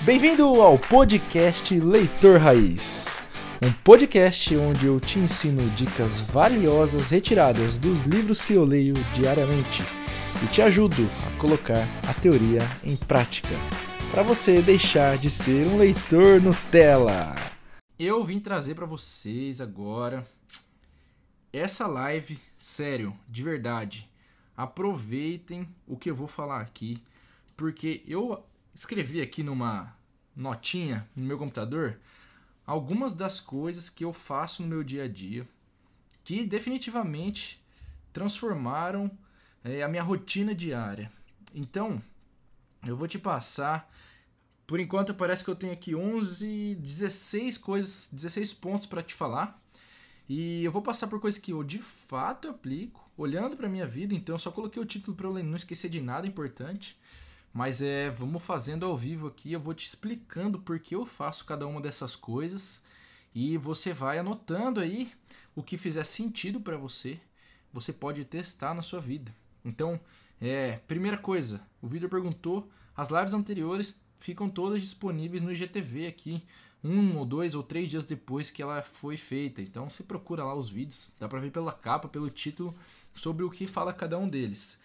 Bem-vindo ao podcast Leitor Raiz, um podcast onde eu te ensino dicas valiosas retiradas dos livros que eu leio diariamente e te ajudo a colocar a teoria em prática, para você deixar de ser um leitor Nutella. Eu vim trazer para vocês agora essa live, sério, de verdade. Aproveitem o que eu vou falar aqui, porque eu escrevi aqui numa notinha no meu computador algumas das coisas que eu faço no meu dia a dia que definitivamente transformaram a minha rotina diária. Então, eu vou te passar, por enquanto parece que eu tenho aqui 16 pontos para te falar. E eu vou passar por coisas que eu de fato aplico, olhando para minha vida. Então eu só coloquei o título para eu não esquecer de nada importante. Mas vamos fazendo ao vivo aqui, eu vou te explicando por que eu faço cada uma dessas coisas. E você vai anotando aí o que fizer sentido para você. Você pode testar na sua vida. Então, primeira coisa, o Vitor perguntou, as lives anteriores ficam todas disponíveis no IGTV aqui, 1 ou 2 ou 3 dias depois que ela foi feita. Então você procura lá os vídeos, dá pra ver pela capa, pelo título, sobre o que fala cada um deles.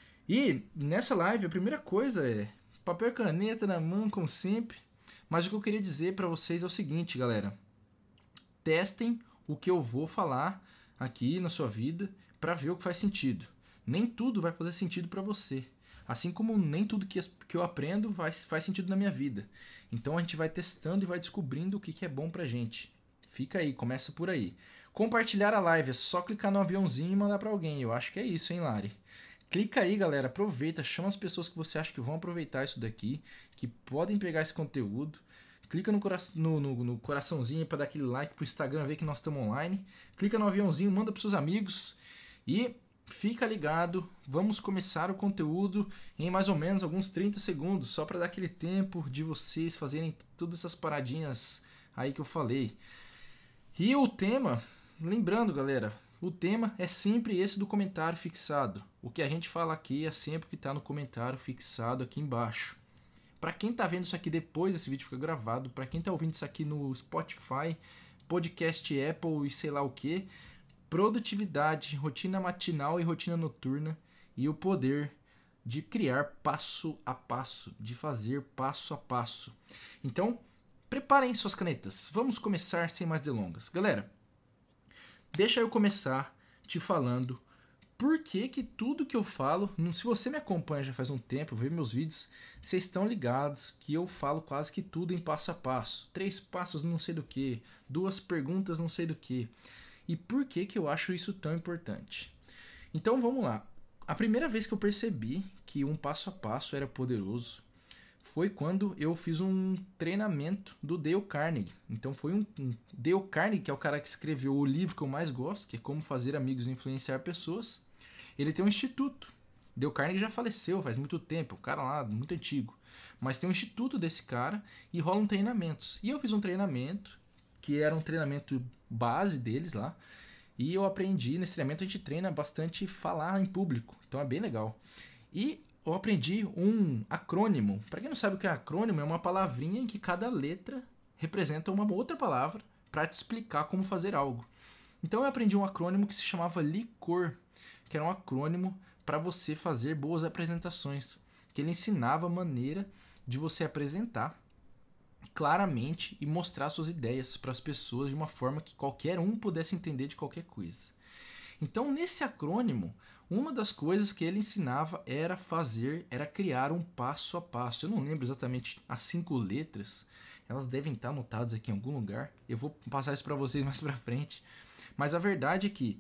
E nessa live a primeira coisa é papel e caneta na mão, como sempre. Mas o que eu queria dizer pra vocês é o seguinte, galera. Testem o que eu vou falar aqui na sua vida pra ver o que faz sentido. Nem tudo vai fazer sentido pra você. Assim como nem tudo que eu aprendo faz sentido na minha vida. Então a gente vai testando e vai descobrindo o que é bom pra gente. Fica aí, começa por aí. Compartilhar a live, é só clicar no aviãozinho e mandar pra alguém. Eu acho que é isso, hein, Lari? Clica aí, galera, aproveita, chama as pessoas que você acha que vão aproveitar isso daqui, que podem pegar esse conteúdo. Clica no coraçãozinho para dar aquele like pro Instagram, ver que nós estamos online. Clica no aviãozinho, manda pros seus amigos e fica ligado. Vamos começar o conteúdo em mais ou menos alguns 30 segundos, só para dar aquele tempo de vocês fazerem todas essas paradinhas aí que eu falei. E o tema, lembrando, galera, o tema é sempre esse do comentário fixado. O que a gente fala aqui é sempre o que está no comentário fixado aqui embaixo. Para quem está vendo isso aqui depois, esse vídeo fica gravado. Para quem está ouvindo isso aqui no Spotify, podcast Apple e sei lá o que, produtividade, rotina matinal e rotina noturna e o poder de criar passo a passo, de fazer passo a passo. Então, preparem suas canetas. Vamos começar sem mais delongas. Galera, deixa eu começar te falando por que tudo que eu falo, se você me acompanha já faz um tempo, vê meus vídeos, vocês estão ligados que eu falo quase que tudo em passo a passo. 3 passos não sei do que, 2 perguntas não sei do que. E por que eu acho isso tão importante? Então vamos lá. A primeira vez que eu percebi que um passo a passo era poderoso foi quando eu fiz um treinamento do Dale Carnegie. Então foi um Dale Carnegie, que é o cara que escreveu o livro que eu mais gosto, que é Como Fazer Amigos e Influenciar Pessoas. Ele tem um instituto. Dale Carnegie já faleceu faz muito tempo, o cara lá, muito antigo. Mas tem um instituto desse cara e rolam treinamentos. E eu fiz um treinamento, que era um treinamento base deles lá. E eu aprendi, nesse treinamento a gente treina bastante falar em público. Então é bem legal. E eu aprendi um acrônimo. Para quem não sabe o que é acrônimo, é uma palavrinha em que cada letra representa uma outra palavra para te explicar como fazer algo. Então eu aprendi um acrônimo que se chamava LICOR, que era um acrônimo para você fazer boas apresentações, que ele ensinava a maneira de você apresentar claramente e mostrar suas ideias para as pessoas de uma forma que qualquer um pudesse entender de qualquer coisa. Então, nesse acrônimo, uma das coisas que ele ensinava era criar um passo a passo. Eu não lembro exatamente as 5 letras, elas devem estar anotadas aqui em algum lugar. Eu vou passar isso para vocês mais para frente. Mas a verdade é que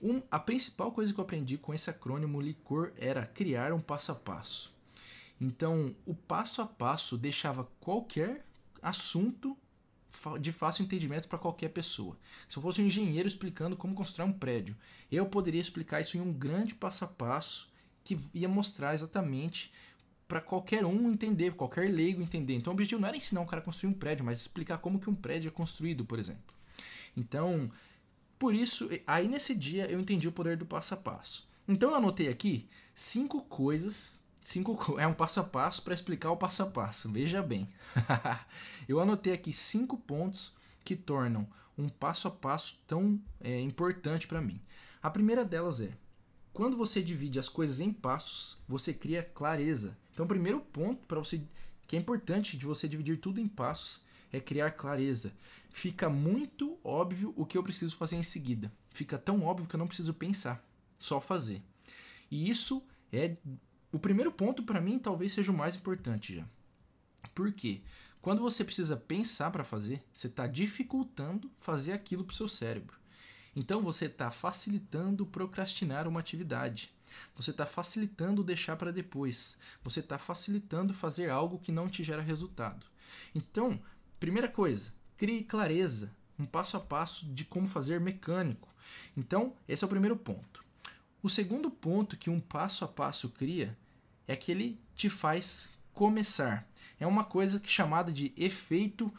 a principal coisa que eu aprendi com esse acrônimo LICOR era criar um passo a passo. Então, o passo a passo deixava qualquer assunto de fácil entendimento para qualquer pessoa. Se eu fosse um engenheiro explicando como construir um prédio, eu poderia explicar isso em um grande passo a passo que ia mostrar exatamente para qualquer um entender, qualquer leigo entender. Então o objetivo não era ensinar um cara a construir um prédio, mas explicar como que um prédio é construído, por exemplo. Então, por isso, aí nesse dia eu entendi o poder do passo a passo. Então eu anotei aqui 5 é um passo a passo para explicar o passo a passo. Veja bem. Eu anotei aqui 5 pontos que tornam um passo a passo tão importante para mim. A primeira delas é: quando você divide as coisas em passos, você cria clareza. Então, o primeiro ponto para você que é importante de você dividir tudo em passos é criar clareza. Fica muito óbvio o que eu preciso fazer em seguida. Fica tão óbvio que eu não preciso pensar, só fazer. E isso é o primeiro ponto, para mim, talvez seja o mais importante já. Por quê? Quando você precisa pensar para fazer, você está dificultando fazer aquilo para o seu cérebro. Então você está facilitando procrastinar uma atividade. Você está facilitando deixar para depois. Você está facilitando fazer algo que não te gera resultado. Então, primeira coisa, crie clareza, um passo a passo de como fazer mecânico. Então, esse é o primeiro ponto. O segundo ponto que um passo a passo cria é que ele te faz começar. É uma coisa chamada de efeito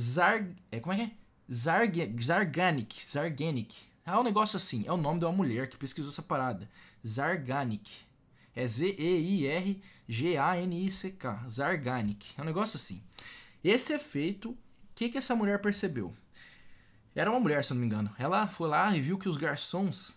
Zeigarnik. É um negócio assim, é o nome de uma mulher que pesquisou essa parada. Zeigarnik. É Zeirganick. Zeigarnik. É um negócio assim. Esse efeito, o que essa mulher percebeu? Era uma mulher, se eu não me engano. Ela foi lá e viu que os garçons,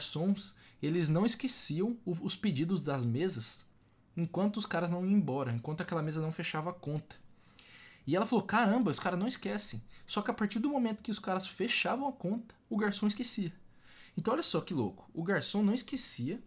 eles não esqueciam os pedidos das mesas enquanto os caras não iam embora, enquanto aquela mesa não fechava a conta. E ela falou, caramba, os caras não esquecem. Só que a partir do momento que os caras fechavam a conta, o garçom esquecia. Então olha só que louco. O garçom não esquecia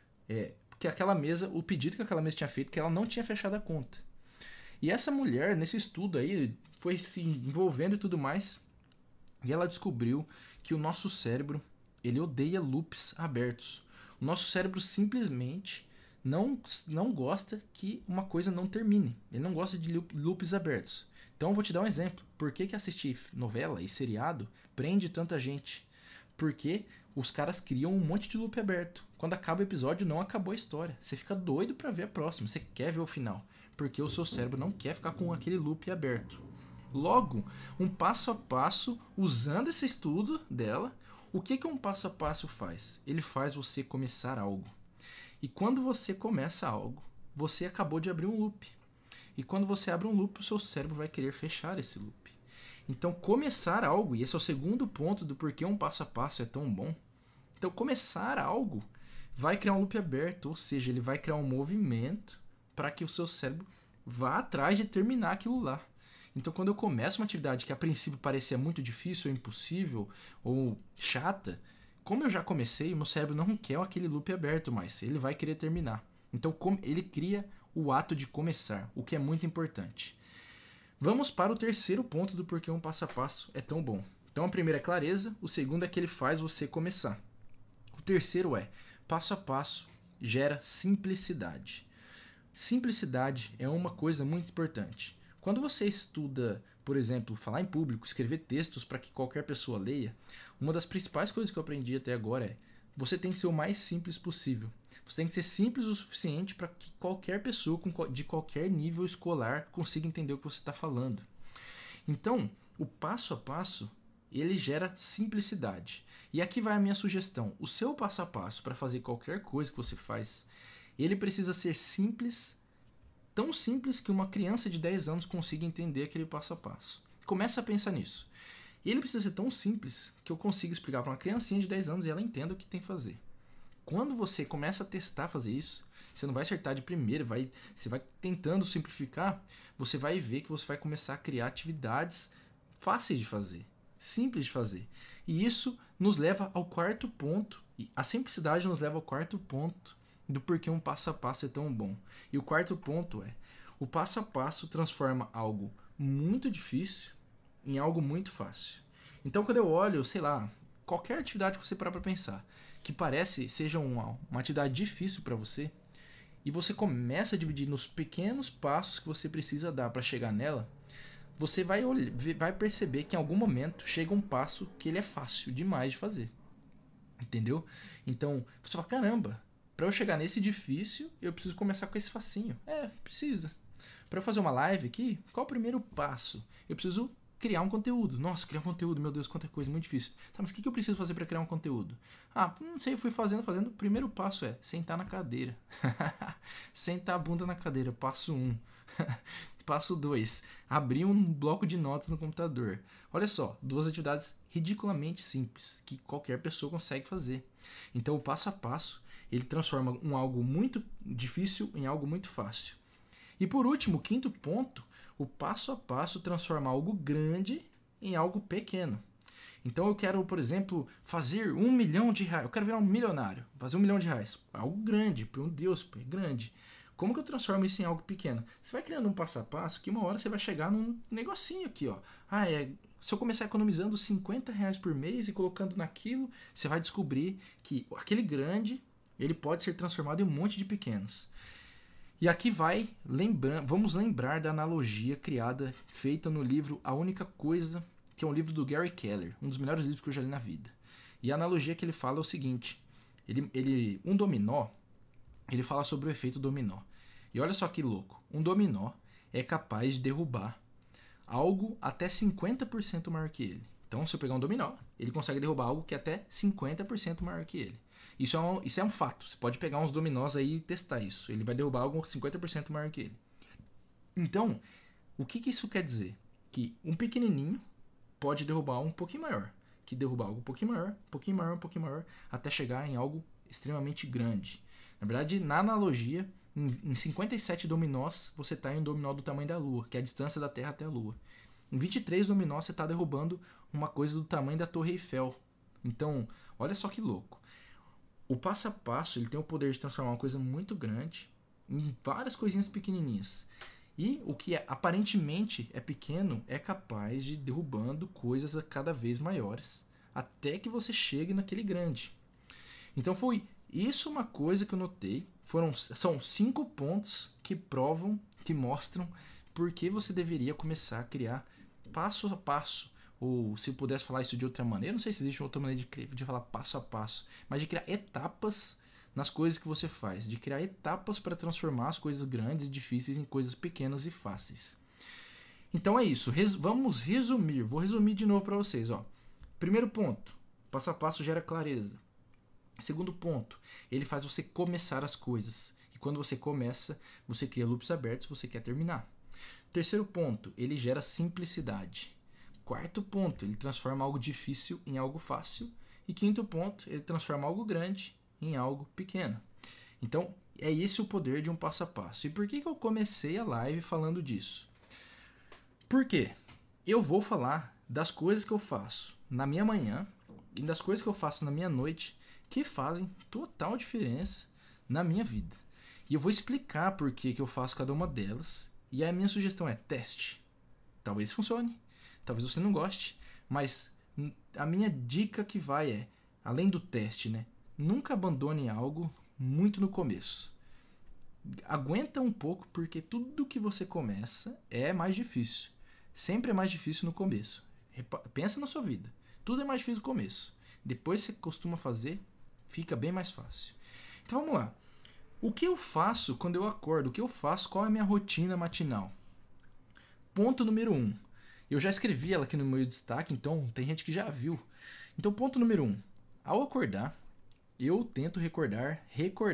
que aquela mesa, o pedido que aquela mesa tinha feito, que ela não tinha fechado a conta. E essa mulher, nesse estudo aí, foi se envolvendo e tudo mais, e ela descobriu que o nosso cérebro, ele odeia loops abertos. O nosso cérebro simplesmente não gosta que uma coisa não termine. Ele não gosta de loops abertos. Então eu vou te dar um exemplo. Por que assistir novela e seriado prende tanta gente? Porque os caras criam um monte de loop aberto. Quando acaba o episódio, não acabou a história. Você fica doido pra ver a próxima. Você quer ver o final. Porque o seu cérebro não quer ficar com aquele loop aberto. Logo, um passo a passo, usando esse estudo dela, o que um passo a passo faz? Ele faz você começar algo. E quando você começa algo, você acabou de abrir um loop. E quando você abre um loop, o seu cérebro vai querer fechar esse loop. Então, começar algo, e esse é o segundo ponto do porquê um passo a passo é tão bom. Então, começar algo vai criar um loop aberto, ou seja, ele vai criar um movimento para que o seu cérebro vá atrás de terminar aquilo lá. Então, quando eu começo uma atividade que a princípio parecia muito difícil, ou impossível, ou chata, como eu já comecei, o meu cérebro não quer aquele loop aberto mais, ele vai querer terminar. Então, ele cria o ato de começar, o que é muito importante. Vamos para o terceiro ponto do porquê um passo a passo é tão bom. Então, a primeira é clareza, o segundo é que ele faz você começar. O terceiro é, passo a passo gera simplicidade. Simplicidade é uma coisa muito importante. Quando você estuda, por exemplo, falar em público, escrever textos para que qualquer pessoa leia, uma das principais coisas que eu aprendi até agora é você tem que ser o mais simples possível. Você tem que ser simples o suficiente para que qualquer pessoa de qualquer nível escolar consiga entender o que você está falando. Então, o passo a passo, ele gera simplicidade. E aqui vai a minha sugestão. O seu passo a passo para fazer qualquer coisa que você faz, ele precisa ser simples, tão simples que uma criança de 10 anos consiga entender aquele passo a passo. Começa a pensar nisso. E ele precisa ser tão simples que eu consiga explicar para uma criancinha de 10 anos e ela entenda o que tem que fazer. Quando você começa a testar fazer isso, você não vai acertar de primeira, você vai tentando simplificar, você vai ver que você vai começar a criar atividades fáceis de fazer, simples de fazer. E isso nos leva ao quarto ponto, e a simplicidade nos leva ao quarto ponto do porquê um passo a passo é tão bom. E o quarto ponto é, o passo a passo transforma algo muito difícil em algo muito fácil. Então quando eu olho, sei lá, qualquer atividade que você parar para pensar, que parece seja uma atividade difícil para você, e você começa a dividir nos pequenos passos que você precisa dar para chegar nela, você vai perceber que em algum momento chega um passo que ele é fácil demais de fazer. Entendeu? Então, você fala, caramba, para eu chegar nesse difícil, eu preciso começar com esse facinho. Precisa. Para eu fazer uma live aqui, qual é o primeiro passo? Eu preciso criar um conteúdo. Nossa, criar um conteúdo, meu Deus, quanta coisa, muito difícil. Tá, mas o que eu preciso fazer para criar um conteúdo? Ah, não sei, eu fui fazendo. O primeiro passo é sentar na cadeira. Sentar a bunda na cadeira, passo 1. Passo 2, abrir um bloco de notas no computador. Olha só, 2 atividades ridiculamente simples, que qualquer pessoa consegue fazer. Então o passo a passo, ele transforma algo muito difícil em algo muito fácil. E por último, o 5º ponto, o passo a passo transforma algo grande em algo pequeno. Então eu quero, por exemplo, fazer R$1 milhão. Eu quero virar um milionário, fazer R$1 milhão. Algo grande, meu Deus, é grande. Como que eu transformo isso em algo pequeno? Você vai criando um passo a passo que uma hora você vai chegar num negocinho aqui, ó. Se eu começar economizando R$50 por mês e colocando naquilo, você vai descobrir que aquele grande, ele pode ser transformado em um monte de pequenos. E aqui vamos lembrar da analogia feita no livro A Única Coisa, que é um livro do Gary Keller, um dos melhores livros que eu já li na vida. E a analogia que ele fala é o seguinte, um dominó, ele fala sobre o efeito dominó. E olha só que louco, um dominó é capaz de derrubar algo até 50% maior que ele. Então, se eu pegar um dominó, ele consegue derrubar algo que é até 50% maior que ele. Isso é um fato. Você pode pegar uns dominós aí e testar isso. Ele vai derrubar algo 50% maior que ele. Então, o que isso quer dizer? Que um pequenininho pode derrubar um pouquinho maior. Que derrubar algo um pouquinho maior, um pouquinho maior, um pouquinho maior, até chegar em algo extremamente grande. Na verdade, na analogia, em 57 dominós, você está em um dominó do tamanho da Lua, que é a distância da Terra até a Lua. Em 23 dominós, você está derrubando uma coisa do tamanho da Torre Eiffel. Então, olha só que louco. O passo a passo, ele tem o poder de transformar uma coisa muito grande em várias coisinhas pequenininhas. E o que aparentemente é pequeno é capaz de ir derrubando coisas a cada vez maiores, até que você chegue naquele grande. Então foi isso uma coisa que eu notei. São 5 pontos que provam, que mostram por que você deveria começar a criar passo a passo. Ou se eu pudesse falar isso de outra maneira, não sei se existe outra maneira de falar passo a passo, mas de criar etapas nas coisas que você faz, de criar etapas para transformar as coisas grandes e difíceis em coisas pequenas e fáceis. Então é isso, vamos resumir, vou resumir de novo para vocês. Primeiro ponto, passo a passo gera clareza. Segundo ponto, ele faz você começar as coisas, e quando você começa, você cria loops abertos, você quer terminar. Terceiro ponto, ele gera simplicidade. Quarto ponto, ele transforma algo difícil em algo fácil. E quinto ponto, ele transforma algo grande em algo pequeno. Então, é esse o poder de um passo a passo. E por que eu comecei a live falando disso? Por quê? Eu vou falar das coisas que eu faço na minha manhã e das coisas que eu faço na minha noite que fazem total diferença na minha vida. E eu vou explicar por que eu faço cada uma delas. E a minha sugestão é teste. Talvez funcione. Talvez você não goste, mas a minha dica que vai é, além do teste, né? Nunca abandone algo muito no começo. Aguenta um pouco, porque tudo que você começa é mais difícil. Sempre é mais difícil no começo. Pensa na sua vida. Tudo é mais difícil no começo. Depois você costuma fazer, fica bem mais fácil. Então vamos lá. O que eu faço quando eu acordo? O que eu faço? Qual é a minha rotina matinal? Ponto número 1. Eu já escrevi ela aqui no meu destaque, então tem gente que já viu. Então, ponto número 1. Ao acordar, eu tento recordar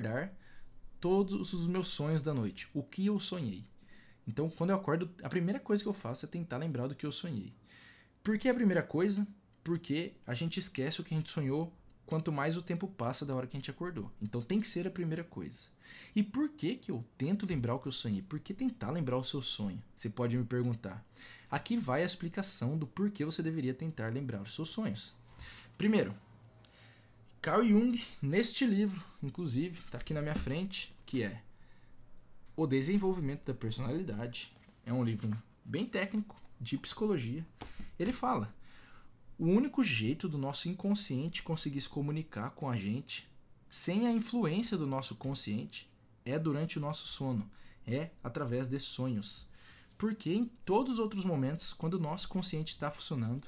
todos os meus sonhos da noite. O que eu sonhei. Então, quando eu acordo, a primeira coisa que eu faço é tentar lembrar do que eu sonhei. Por que a primeira coisa? Porque a gente esquece o que a gente sonhou quanto mais o tempo passa da hora que a gente acordou. Então, tem que ser a primeira coisa. E por que eu tento lembrar o que eu sonhei? Por que tentar lembrar o seu sonho? Você pode me perguntar. Aqui vai a explicação do porquê você deveria tentar lembrar os seus sonhos. Primeiro, Carl Jung, neste livro, inclusive, está aqui na minha frente, que é O Desenvolvimento da Personalidade. É um livro bem técnico, de psicologia. Ele fala, o único jeito do nosso inconsciente conseguir se comunicar com a gente, sem a influência do nosso consciente, é durante o nosso sono, é através de sonhos. Porque em todos os outros momentos, quando o nosso consciente está funcionando,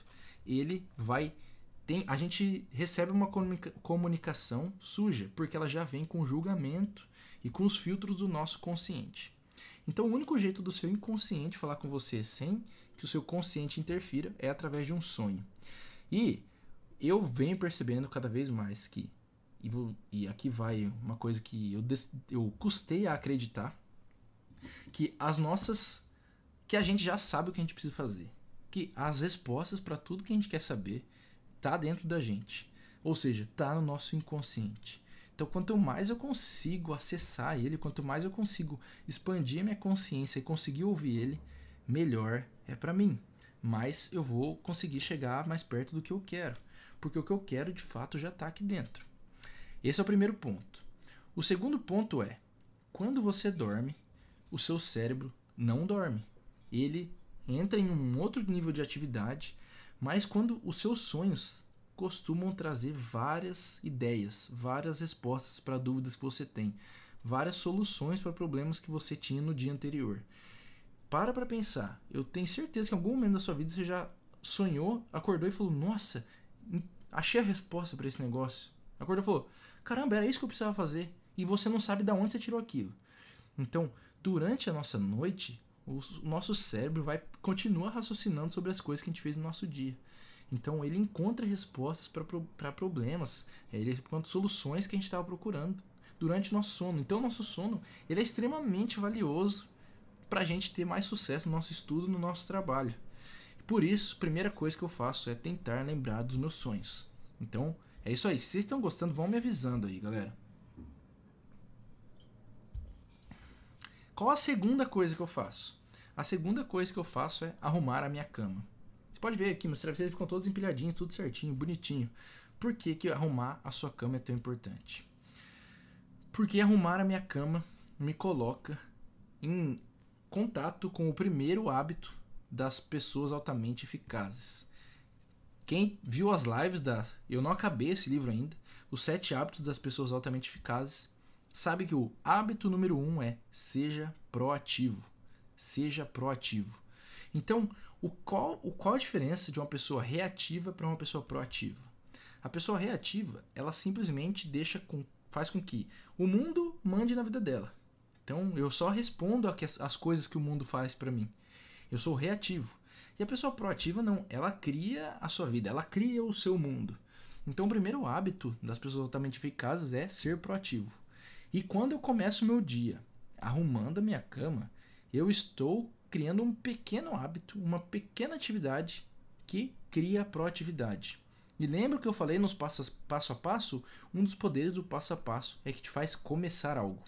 a gente recebe uma comunicação suja, porque ela já vem com julgamento e com os filtros do nosso consciente. Então o único jeito do seu inconsciente falar com você sem que o seu consciente interfira é através de um sonho. E eu venho percebendo cada vez mais que, e aqui vai uma coisa que eu custei a acreditar, que que a gente já sabe o que a gente precisa fazer, que as respostas para tudo que a gente quer saber tá dentro da gente, ou seja, tá no nosso inconsciente. Então, quanto mais eu consigo acessar ele, quanto mais eu consigo expandir a minha consciência e conseguir ouvir ele, melhor é para mim. Mais eu vou conseguir chegar mais perto do que eu quero, porque o que eu quero de fato já está aqui dentro. Esse é o primeiro ponto. O segundo ponto é, quando você dorme, o seu cérebro não dorme. Ele entra em um outro nível de atividade, mas quando os seus sonhos costumam trazer várias ideias, várias respostas para dúvidas que você tem, várias soluções para problemas que você tinha no dia anterior. Para pensar. Eu tenho certeza que em algum momento da sua vida você já sonhou, acordou e falou: nossa, achei a resposta para esse negócio. Acordou e falou: caramba, era isso que eu precisava fazer. E você não sabe de onde você tirou aquilo. Então, durante a nossa noite, o nosso cérebro continua raciocinando sobre as coisas que a gente fez no nosso dia. Então ele encontra respostas para problemas, ele encontra soluções que a gente estava procurando durante o nosso sono. Então o nosso sono ele é extremamente valioso para a gente ter mais sucesso no nosso estudo, no nosso trabalho. Por isso, a primeira coisa que eu faço é tentar lembrar dos meus sonhos. Então é isso aí, se vocês estão gostando, vão me avisando aí, galera. Qual a segunda coisa que eu faço? A segunda coisa que eu faço é arrumar a minha cama. Pode ver aqui, meus travesseiros ficam todos empilhadinhos, tudo certinho, bonitinho. Por que arrumar a sua cama é tão importante? Porque arrumar a minha cama me coloca em contato com o primeiro hábito das pessoas altamente eficazes. Quem viu as lives eu não acabei esse livro ainda, Os 7 Hábitos das Pessoas Altamente Eficazes, sabe que o hábito número 1 é seja proativo. Seja proativo. Então, qual a diferença de uma pessoa reativa para uma pessoa proativa? A pessoa reativa, ela simplesmente faz com que o mundo mande na vida dela. Então, eu só respondo às coisas que o mundo faz para mim. Eu sou reativo. E a pessoa proativa não, ela cria a sua vida, ela cria o seu mundo. Então, o primeiro hábito das pessoas altamente eficazes é ser proativo. E quando eu começo o meu dia arrumando a minha cama, eu estou criando um pequeno hábito, uma pequena atividade que cria proatividade. E lembra que eu falei nos passo a passo? Um dos poderes do passo a passo é que te faz começar algo.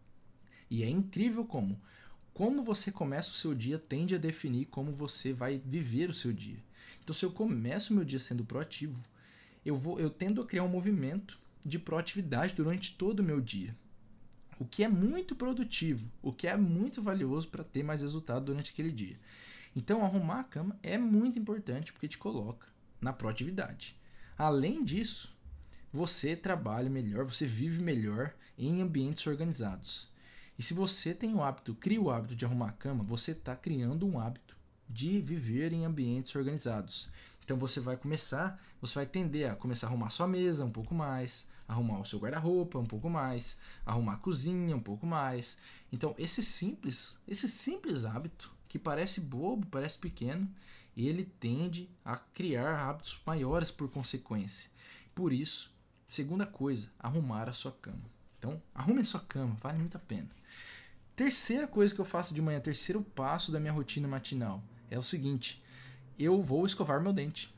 E é incrível como você começa o seu dia tende a definir como você vai viver o seu dia. Então, se eu começo o meu dia sendo proativo, eu tendo a criar um movimento de proatividade durante todo o meu dia. O que é muito produtivo, o que é muito valioso para ter mais resultado durante aquele dia. Então, arrumar a cama é muito importante porque te coloca na proatividade. Além disso, você trabalha melhor, você vive melhor em ambientes organizados. E se você cria o hábito de arrumar a cama, você está criando um hábito de viver em ambientes organizados. Então você vai tender a começar a arrumar sua mesa um pouco mais, arrumar o seu guarda-roupa um pouco mais, arrumar a cozinha um pouco mais. Então esse simples hábito, que parece bobo, parece pequeno, ele tende a criar hábitos maiores por consequência. Por isso, segunda coisa, arrumar a sua cama. Então, arrume a sua cama, vale muito a pena. Terceira coisa que eu faço de manhã, terceiro passo da minha rotina matinal, é o seguinte: eu vou escovar meu dente.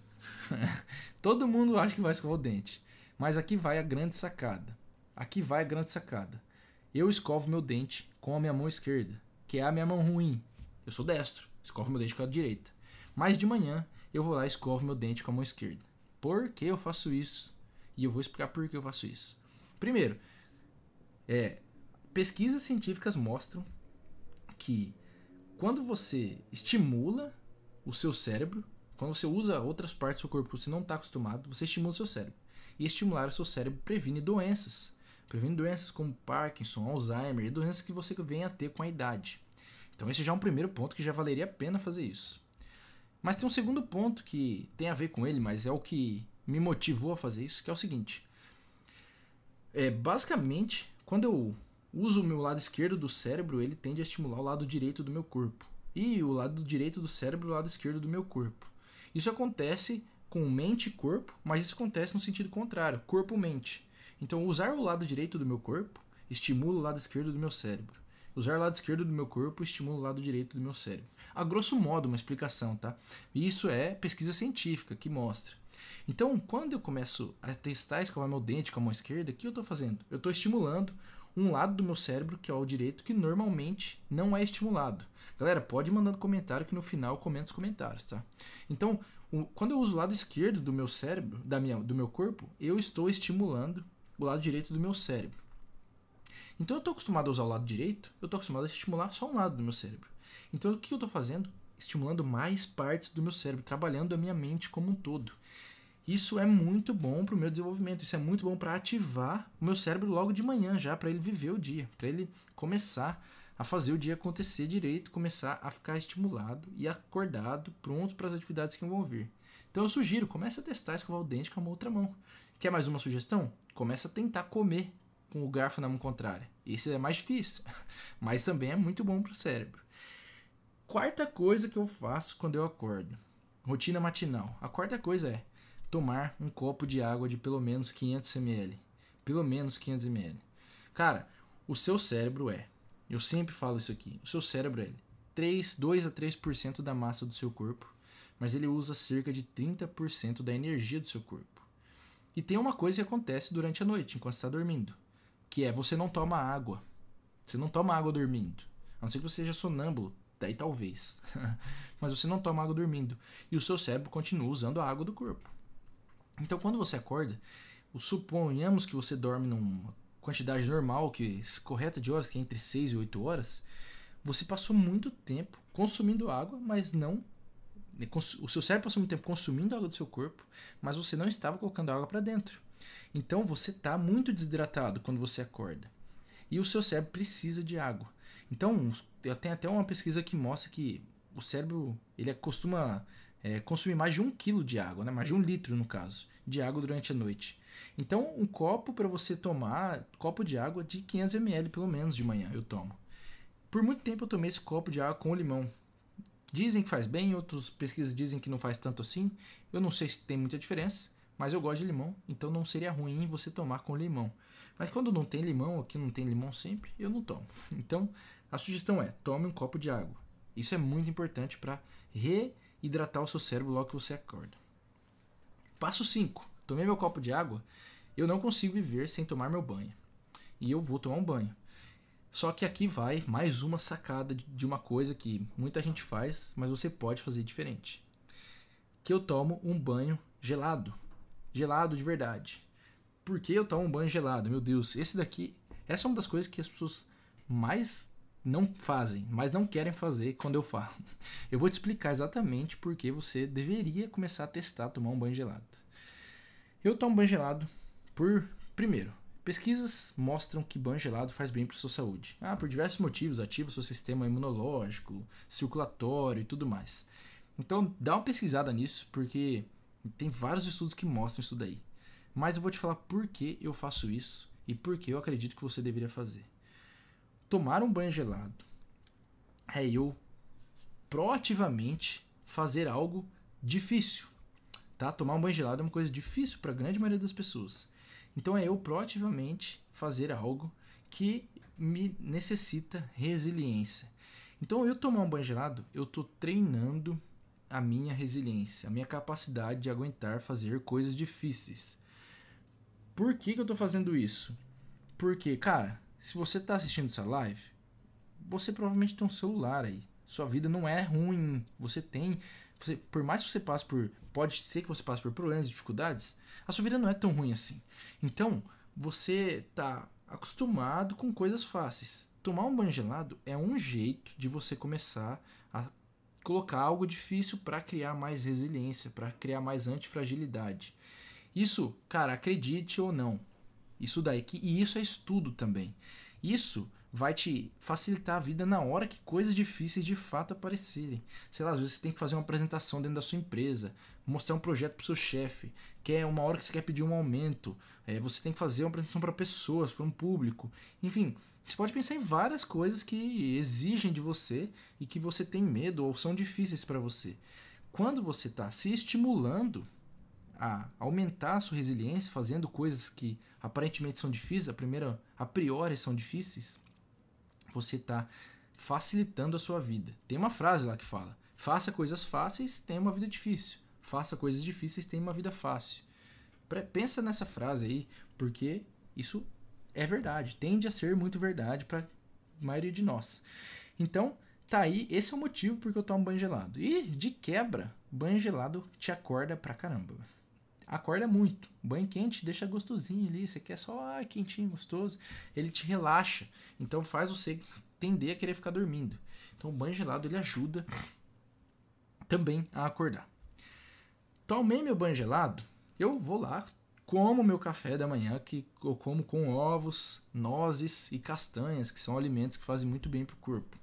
Todo mundo acha que vai escovar o dente, mas aqui vai a grande sacada. Eu escovo meu dente com a minha mão esquerda, que é a minha mão ruim. Eu sou destro, escovo meu dente com a direita. Mas de manhã eu vou lá e escovo meu dente com a mão esquerda. Por que eu faço isso? E eu vou explicar por que eu faço isso. Primeiro, pesquisas científicas mostram que quando você estimula o seu cérebro, quando você usa outras partes do seu corpo que você não está acostumado, você estimula o seu cérebro. E estimular o seu cérebro previne doenças. Previne doenças como Parkinson, Alzheimer e doenças que você vem a ter com a idade. Então esse já é um primeiro ponto que já valeria a pena fazer isso. Mas tem um segundo ponto que tem a ver com ele, mas é o que me motivou a fazer isso, que é o seguinte. Basicamente, quando eu uso o meu lado esquerdo do cérebro, ele tende a estimular o lado direito do meu corpo. e o lado direito do cérebro e o lado esquerdo do meu corpo. Isso acontece com mente e corpo, mas isso acontece no sentido contrário, corpo-mente. Então, usar o lado direito do meu corpo estimula o lado esquerdo do meu cérebro. Usar o lado esquerdo do meu corpo estimula o lado direito do meu cérebro. A grosso modo, uma explicação, tá? E isso é pesquisa científica que mostra. Então, quando eu começo a testar escovar meu dente com a mão esquerda, o que eu estou fazendo? Eu estou estimulando um lado do meu cérebro, que é o direito, que normalmente não é estimulado. Galera, pode ir mandando comentário que no final eu comento os comentários, tá? Então, quando eu uso o lado esquerdo do meu cérebro, do meu corpo, eu estou estimulando o lado direito do meu cérebro. Então eu estou acostumado a usar o lado direito, eu estou acostumado a estimular só um lado do meu cérebro. Então o que eu estou fazendo? Estimulando mais partes do meu cérebro, trabalhando a minha mente como um todo. Isso é muito bom para o meu desenvolvimento, isso é muito bom para ativar o meu cérebro logo de manhã já, para ele viver o dia, para ele começar a fazer o dia acontecer direito, começar a ficar estimulado e acordado, pronto para as atividades que vão vir. Então eu sugiro, comece a testar escovar o dente com a outra mão. Quer mais uma sugestão? Comece a tentar comer com o garfo na mão contrária. Esse é mais difícil, mas também é muito bom para o cérebro. Quarta coisa que eu faço quando eu acordo. Rotina matinal. A quarta coisa é tomar um copo de água de pelo menos 500 ml. Pelo menos 500 ml. Cara, o seu cérebro eu sempre falo isso aqui, o seu cérebro é 2 a 3% da massa do seu corpo, mas ele usa cerca de 30% da energia do seu corpo. E tem uma coisa que acontece durante a noite, enquanto você está dormindo, que é você não toma água. Você não toma água dormindo. A não ser que você seja sonâmbulo, daí talvez. Mas você não toma água dormindo. E o seu cérebro continua usando a água do corpo. Então quando você acorda, suponhamos que você dorme numa quantidade normal, correta de horas, que é entre 6 e 8 horas, você passou muito tempo consumindo água, mas não... O seu cérebro passou muito tempo consumindo a água do seu corpo, mas você não estava colocando água para dentro. Então você está muito desidratado quando você acorda. E o seu cérebro precisa de água. Então, eu tenho até uma pesquisa que mostra que o cérebro ele costuma consumir mais de 1 quilo de água, né? Mais de 1 litro no caso, de água durante a noite. Então, um copo para você tomar, copo de água de 500 ml pelo menos de manhã eu tomo. Por muito tempo eu tomei esse copo de água com limão. Dizem que faz bem, outras pesquisas dizem que não faz tanto assim. Eu não sei se tem muita diferença, mas eu gosto de limão, então não seria ruim você tomar com limão. Mas quando não tem limão, aqui não tem limão sempre, eu não tomo. Então, a sugestão é, tome um copo de água. Isso é muito importante para reidratar o seu cérebro logo que você acorda. Passo 5. Tomei meu copo de água, eu não consigo viver sem tomar meu banho. E eu vou tomar um banho. Só que aqui vai mais uma sacada de uma coisa que muita gente faz, mas você pode fazer diferente. Que eu tomo um banho gelado. Gelado de verdade. Por que eu tomo um banho gelado? Meu Deus, essa é uma das coisas que as pessoas mais não fazem, mas não querem fazer quando eu falo. Eu vou te explicar exatamente por que você deveria começar a testar tomar um banho gelado. Eu tomo banho gelado primeiro, pesquisas mostram que banho gelado faz bem para a sua saúde. Por diversos motivos, ativa o seu sistema imunológico, circulatório e tudo mais. Então dá uma pesquisada nisso, porque tem vários estudos que mostram isso daí. Mas eu vou te falar por que eu faço isso e por que eu acredito que você deveria fazer. Tomar um banho gelado é eu proativamente fazer algo difícil. Tá? Tomar um banho gelado é uma coisa difícil para a grande maioria das pessoas. Então é eu proativamente fazer algo que me necessita resiliência. Então eu tomar um banho gelado, eu estou treinando a minha resiliência, a minha capacidade de aguentar fazer coisas difíceis. Por que eu estou fazendo isso? Porque, cara, se você está assistindo essa live, você provavelmente tem um celular aí. Sua vida não é ruim. Por mais que você passe pode ser que você passe por problemas, dificuldades, a sua vida não é tão ruim assim. Então, você está acostumado com coisas fáceis. Tomar um banho gelado é um jeito de você começar a colocar algo difícil para criar mais resiliência, para criar mais antifragilidade. Isso, cara, acredite ou não, e isso é estudo também. Isso vai te facilitar a vida na hora que coisas difíceis de fato aparecerem. Sei lá, às vezes você tem que fazer uma apresentação dentro da sua empresa, mostrar um projeto para o seu chefe, que é uma hora que você quer pedir um aumento, você tem que fazer uma apresentação para pessoas, para um público. Enfim, Você pode pensar em várias coisas que exigem de você e que você tem medo ou são difíceis para você. Quando você está se estimulando a aumentar a sua resiliência, fazendo coisas que aparentemente são difíceis, a priori são difíceis, você está facilitando a sua vida. Tem uma frase lá que fala: faça coisas fáceis, tenha uma vida difícil. Faça coisas difíceis, tenha uma vida fácil. Pensa nessa frase aí, porque isso é verdade. Tende a ser muito verdade para a maioria de nós. Então, tá aí, esse é o motivo porque eu tomo banho gelado. E, de quebra, banho gelado te acorda pra caramba. Acorda muito. Banho quente deixa gostosinho ali. Você quer só quentinho, gostoso. Ele te relaxa. Então faz você tender a querer ficar dormindo. Então o banho gelado ele ajuda também a acordar. Tomei meu banho gelado, eu vou lá, como meu café da manhã, que eu como com ovos, nozes e castanhas, que são alimentos que fazem muito bem pro corpo.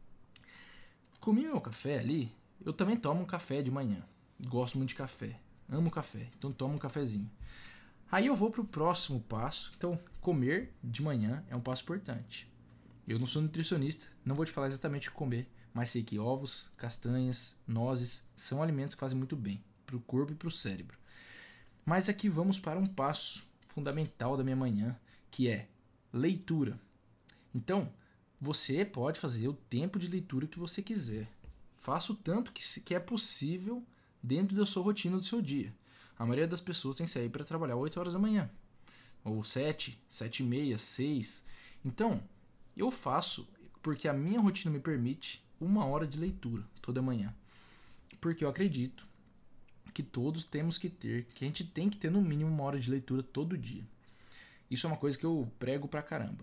Comi meu café ali, eu também tomo um café de manhã. Gosto muito de café. Amo café, então tomo um cafezinho. Aí eu vou pro próximo passo. Então, comer de manhã é um passo importante. Eu não sou nutricionista, não vou te falar exatamente o que comer, mas sei que ovos, castanhas, nozes são alimentos que fazem muito bem pro corpo e pro cérebro. Mas aqui vamos para um passo fundamental da minha manhã, que é leitura. Então, você pode fazer o tempo de leitura que você quiser. Faça o tanto que é possível dentro da sua rotina do seu dia. A maioria das pessoas tem que sair para trabalhar 8 horas da manhã. Ou 7, 7 e meia, 6. Então, eu faço porque a minha rotina me permite 1 hora de leitura toda manhã. Porque eu acredito que todos temos que ter, que a gente tem que ter no mínimo 1 hora de leitura todo dia. Isso é uma coisa que eu prego pra caramba.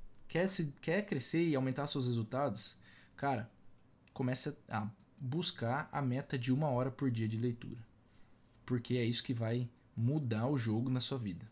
Quer crescer e aumentar seus resultados? Cara, comece a buscar a meta de 1 hora por dia de leitura. Porque é isso que vai mudar o jogo na sua vida.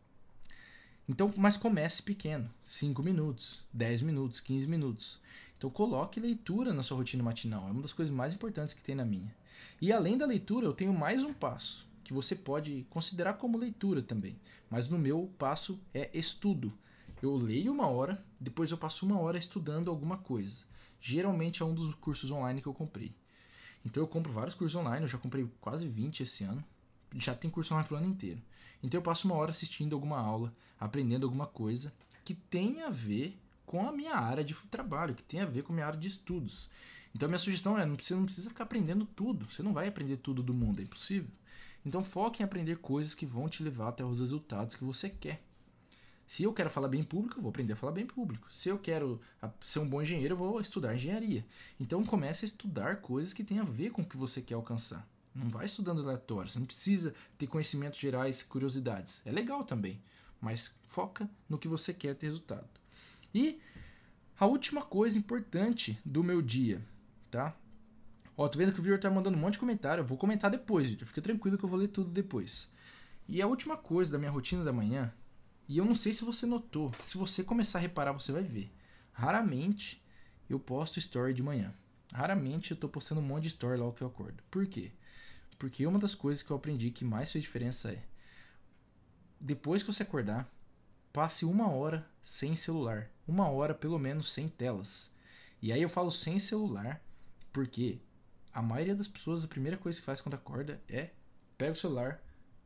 Então, mas comece pequeno. 5 minutos, 10 minutos, 15 minutos. Então coloque leitura na sua rotina matinal. É uma das coisas mais importantes que tem na minha. E além da leitura, eu tenho mais um passo, que você pode considerar como leitura também. Mas no meu passo é estudo. Eu leio 1 hora, depois eu passo 1 hora estudando alguma coisa. Geralmente é um dos cursos online que eu comprei. Então eu compro vários cursos online, eu já comprei quase 20 esse ano. Já tem curso online pro ano inteiro. Então eu passo 1 hora assistindo alguma aula, aprendendo alguma coisa que tenha a ver com a minha área de trabalho, que tenha a ver com a minha área de estudos. Então a minha sugestão é, você não precisa ficar aprendendo tudo. Você não vai aprender tudo do mundo, é impossível. Então foque em aprender coisas que vão te levar até os resultados que você quer. Se eu quero falar bem em público, eu vou aprender a falar bem em público. Se eu quero ser um bom engenheiro, eu vou estudar engenharia. Então comece a estudar coisas que tenham a ver com o que você quer alcançar. Não vai estudando aleatório, você não precisa ter conhecimentos gerais, curiosidades. É legal também, mas foca no que você quer ter resultado. E a última coisa importante do meu dia, tá? Ó, tô vendo que o Vitor tá mandando um monte de comentário, eu vou comentar depois, Vitor. Fica tranquilo que eu vou ler tudo depois. E a última coisa da minha rotina da manhã, e eu não sei se você notou, se você começar a reparar, você vai ver. Raramente eu posto story de manhã. Raramente eu tô postando um monte de story logo que eu acordo. Por quê? Porque uma das coisas que eu aprendi que mais fez diferença é: depois que você acordar, passe 1 hora sem celular. 1 hora pelo menos sem telas. E aí eu falo sem celular porque a maioria das pessoas, a primeira coisa que faz quando acorda é pega o celular,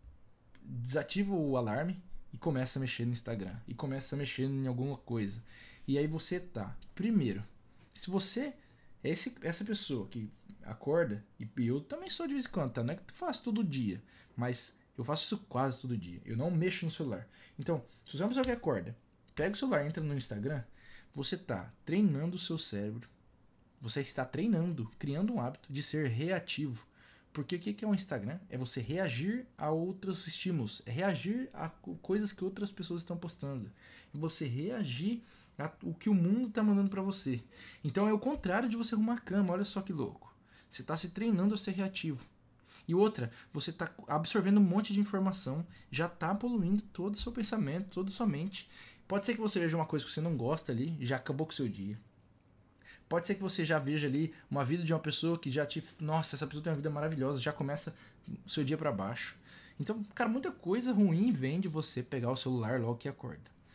desativa o alarme e começa a mexer no Instagram. E começa a mexer em alguma coisa. E aí você tá, primeiro, se você é essa pessoa que acorda, e eu também sou de vez em quando, tá? Não é que eu faço todo dia, mas eu faço isso quase todo dia. Eu não mexo no celular. Então, se você é uma pessoa que acorda, pega o celular, entra no Instagram, você está treinando o seu cérebro. Você está treinando, criando um hábito de ser reativo. Porque o que é um Instagram? É você reagir a outros estímulos. É reagir a coisas que outras pessoas estão postando. É você reagir o que o mundo está mandando para você. Então é o contrário de você arrumar a cama. Olha só que louco. Você está se treinando a ser reativo. E outra, você está absorvendo um monte de informação, já está poluindo todo o seu pensamento, toda a sua mente. Pode ser que você veja uma coisa que você não gosta ali, já acabou com o seu dia. Pode ser que você já veja ali uma vida de uma pessoa que já te... Nossa, essa pessoa tem uma vida maravilhosa, já começa o seu dia para baixo. Então, cara, muita coisa ruim vem de você pegar o celular logo que acorda.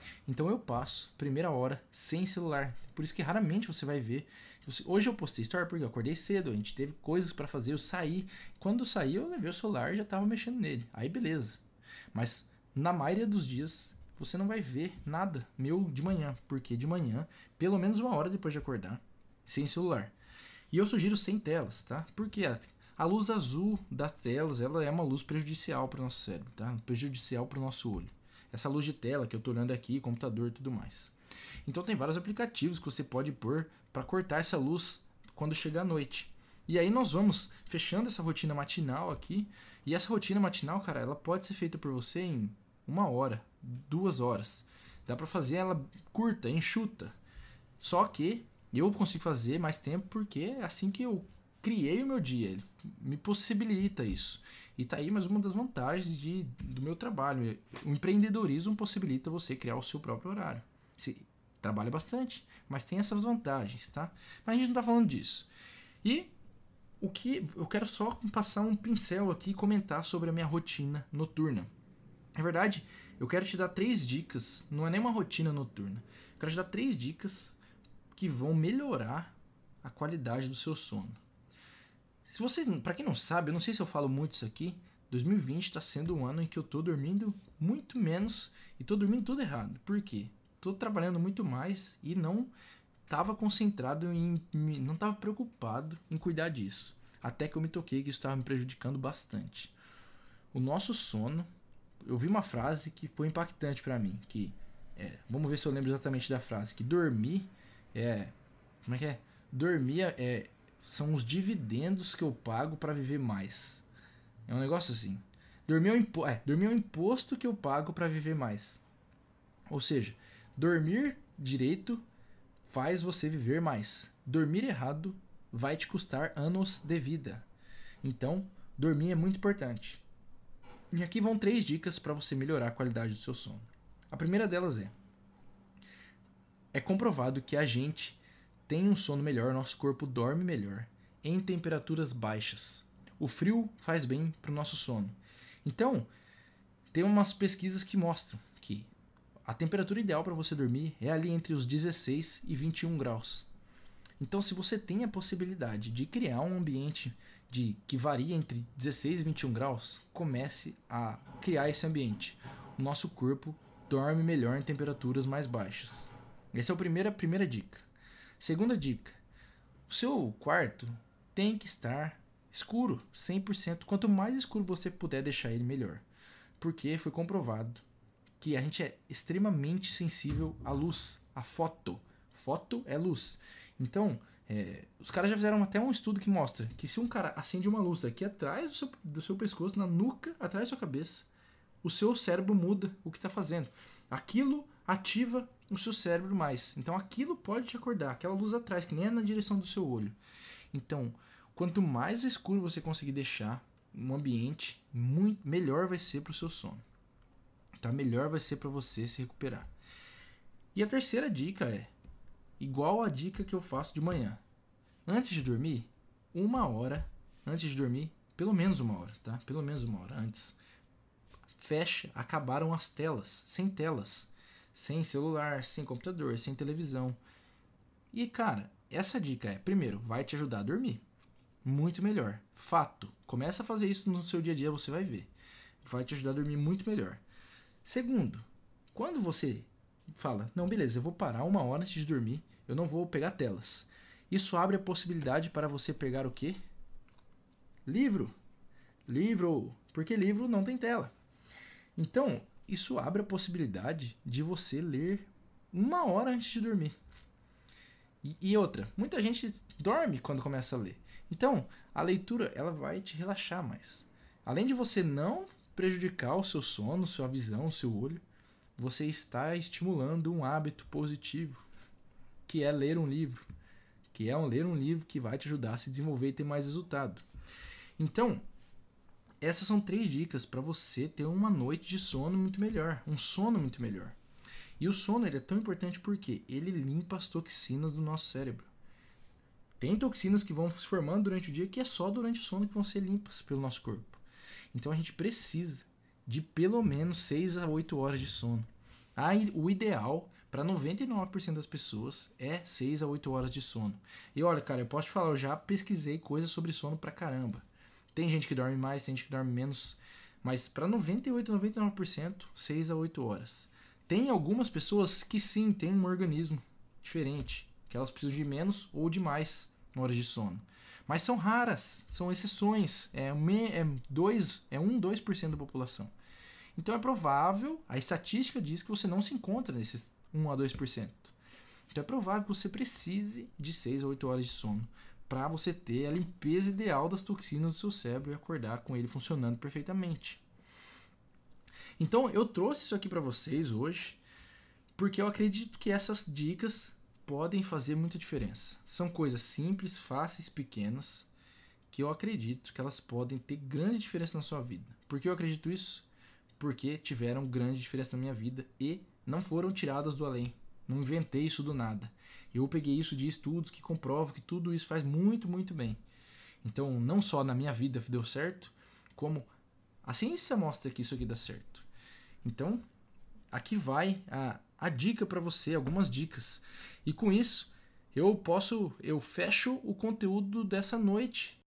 Então eu passo primeira hora sem celular. Por isso que raramente você vai ver. Hoje eu postei story porque eu acordei cedo, a gente teve coisas para fazer, eu saí. Quando eu saí, eu levei o celular e já tava mexendo nele. Aí beleza. Mas na maioria dos dias você não vai ver nada meu de manhã, porque de manhã, pelo menos uma hora depois de acordar, sem celular. E eu sugiro sem telas, tá? Porque a luz azul das telas, ela é uma luz prejudicial para o nosso cérebro, tá? Prejudicial para o nosso olho. Essa luz de tela que eu tô olhando aqui, computador e tudo mais. Então tem vários aplicativos que você pode pôr para cortar essa luz quando chegar a noite. E aí nós vamos fechando essa rotina matinal aqui. E essa rotina matinal, cara, ela pode ser feita por você em 1 hora, 2 horas. Dá pra fazer ela curta, enxuta. Só que eu consigo fazer mais tempo porque é assim que eu criei o meu dia. Ele me possibilita isso. E tá aí mais uma das vantagens do meu trabalho. O empreendedorismo possibilita você criar o seu próprio horário. Você trabalha bastante, mas tem essas vantagens, tá? Mas a gente não tá falando disso. E o que eu quero só passar um pincel aqui e comentar sobre a minha rotina noturna. Na verdade, eu quero te dar 3 dicas, não é nem uma rotina noturna. Eu quero te dar 3 dicas que vão melhorar a qualidade do seu sono. Se vocês, para quem não sabe, eu não sei se eu falo muito isso aqui, 2020 está sendo um ano em que eu tô dormindo muito menos e tô dormindo tudo errado. Por quê? Tô trabalhando muito mais e não estava concentrado não estava preocupado em cuidar disso. Até que eu me toquei que isso estava me prejudicando bastante. O nosso sono, eu vi uma frase que foi impactante para mim, que vamos ver se eu lembro exatamente da frase, que dormir como é que é? Dormir são os dividendos que eu pago para viver mais. É um negócio assim. Dormir é o imposto que eu pago para viver mais. Ou seja, dormir direito faz você viver mais. Dormir errado vai te custar anos de vida. Então, dormir é muito importante. E aqui vão 3 dicas para você melhorar a qualidade do seu sono. A primeira delas é comprovado que a gente tem um sono melhor, nosso corpo dorme melhor em temperaturas baixas. O frio faz bem para o nosso sono. Então, tem umas pesquisas que mostram que a temperatura ideal para você dormir é ali entre os 16 e 21 graus. Então, se você tem a possibilidade de criar um ambiente que varia entre 16 e 21 graus, comece a criar esse ambiente. O nosso corpo dorme melhor em temperaturas mais baixas. Essa é a primeira dica. Segunda dica, o seu quarto tem que estar escuro, 100%. Quanto mais escuro você puder deixar ele, melhor. Porque foi comprovado que a gente é extremamente sensível à luz, à foto. Foto é luz. Então, os caras já fizeram até um estudo que mostra que se um cara acende uma luz aqui atrás do seu pescoço, na nuca, atrás da sua cabeça, o seu cérebro muda o que está fazendo. Aquilo ativa o seu cérebro mais. Então aquilo pode te acordar. Aquela luz atrás, que nem é na direção do seu olho. Então, quanto mais escuro você conseguir deixar um ambiente, muito melhor vai ser para o seu sono. Tá? Melhor vai ser para você se recuperar. E a terceira dica é igual a dica que eu faço de manhã. Antes de dormir, 1 hora antes de dormir, pelo menos 1 hora, tá? Pelo menos 1 hora antes. Acabaram as telas, sem celular, sem computador, sem televisão. E cara, essa dica primeiro, vai te ajudar a dormir. Muito melhor. Fato. Começa a fazer isso no seu dia a dia, você vai ver. Vai te ajudar a dormir muito melhor. Segundo, quando você fala, não, beleza, eu vou parar 1 hora antes de dormir, eu não vou pegar telas. Isso abre a possibilidade para você pegar o quê? Livro. Porque livro não tem tela. Então, isso abre a possibilidade de você ler 1 hora antes de dormir. E outra, muita gente dorme quando começa a ler. Então, a leitura ela vai te relaxar mais. Além de você não prejudicar o seu sono, sua visão, o seu olho, você está estimulando um hábito positivo, que é ler um livro. Ler um livro que vai te ajudar a se desenvolver e ter mais resultado. Então, essas são 3 dicas para você ter uma noite de sono muito melhor, um sono muito melhor. E o sono ele é tão importante porque ele limpa as toxinas do nosso cérebro. Tem toxinas que vão se formando durante o dia que é só durante o sono que vão ser limpas pelo nosso corpo. Então a gente precisa de pelo menos 6 a 8 horas de sono. O ideal para 99% das pessoas é 6 a 8 horas de sono. E olha, cara, eu posso te falar, eu já pesquisei coisas sobre sono pra caramba. Tem gente que dorme mais, tem gente que dorme menos, mas para 98, 99%, 6 a 8 horas. Tem algumas pessoas que sim, têm um organismo diferente, que elas precisam de menos ou de mais horas de sono. Mas são raras, são exceções, é 2% da população. Então é provável, a estatística diz que você não se encontra nesses 1 a 2%. Então é provável que você precise de 6 a 8 horas de sono para você ter a limpeza ideal das toxinas do seu cérebro e acordar com ele funcionando perfeitamente. Então eu trouxe isso aqui para vocês hoje porque eu acredito que essas dicas podem fazer muita diferença. São coisas simples, fáceis, pequenas, que eu acredito que elas podem ter grande diferença na sua vida. Por que eu acredito isso? Porque tiveram grande diferença na minha vida e não foram tiradas do além. Não inventei isso do nada. Eu peguei isso de estudos que comprovam que tudo isso faz muito, muito bem. Então, não só na minha vida deu certo, como a ciência mostra que isso aqui dá certo. Então, aqui vai a dica para você, algumas dicas. E com isso, eu fecho o conteúdo dessa noite.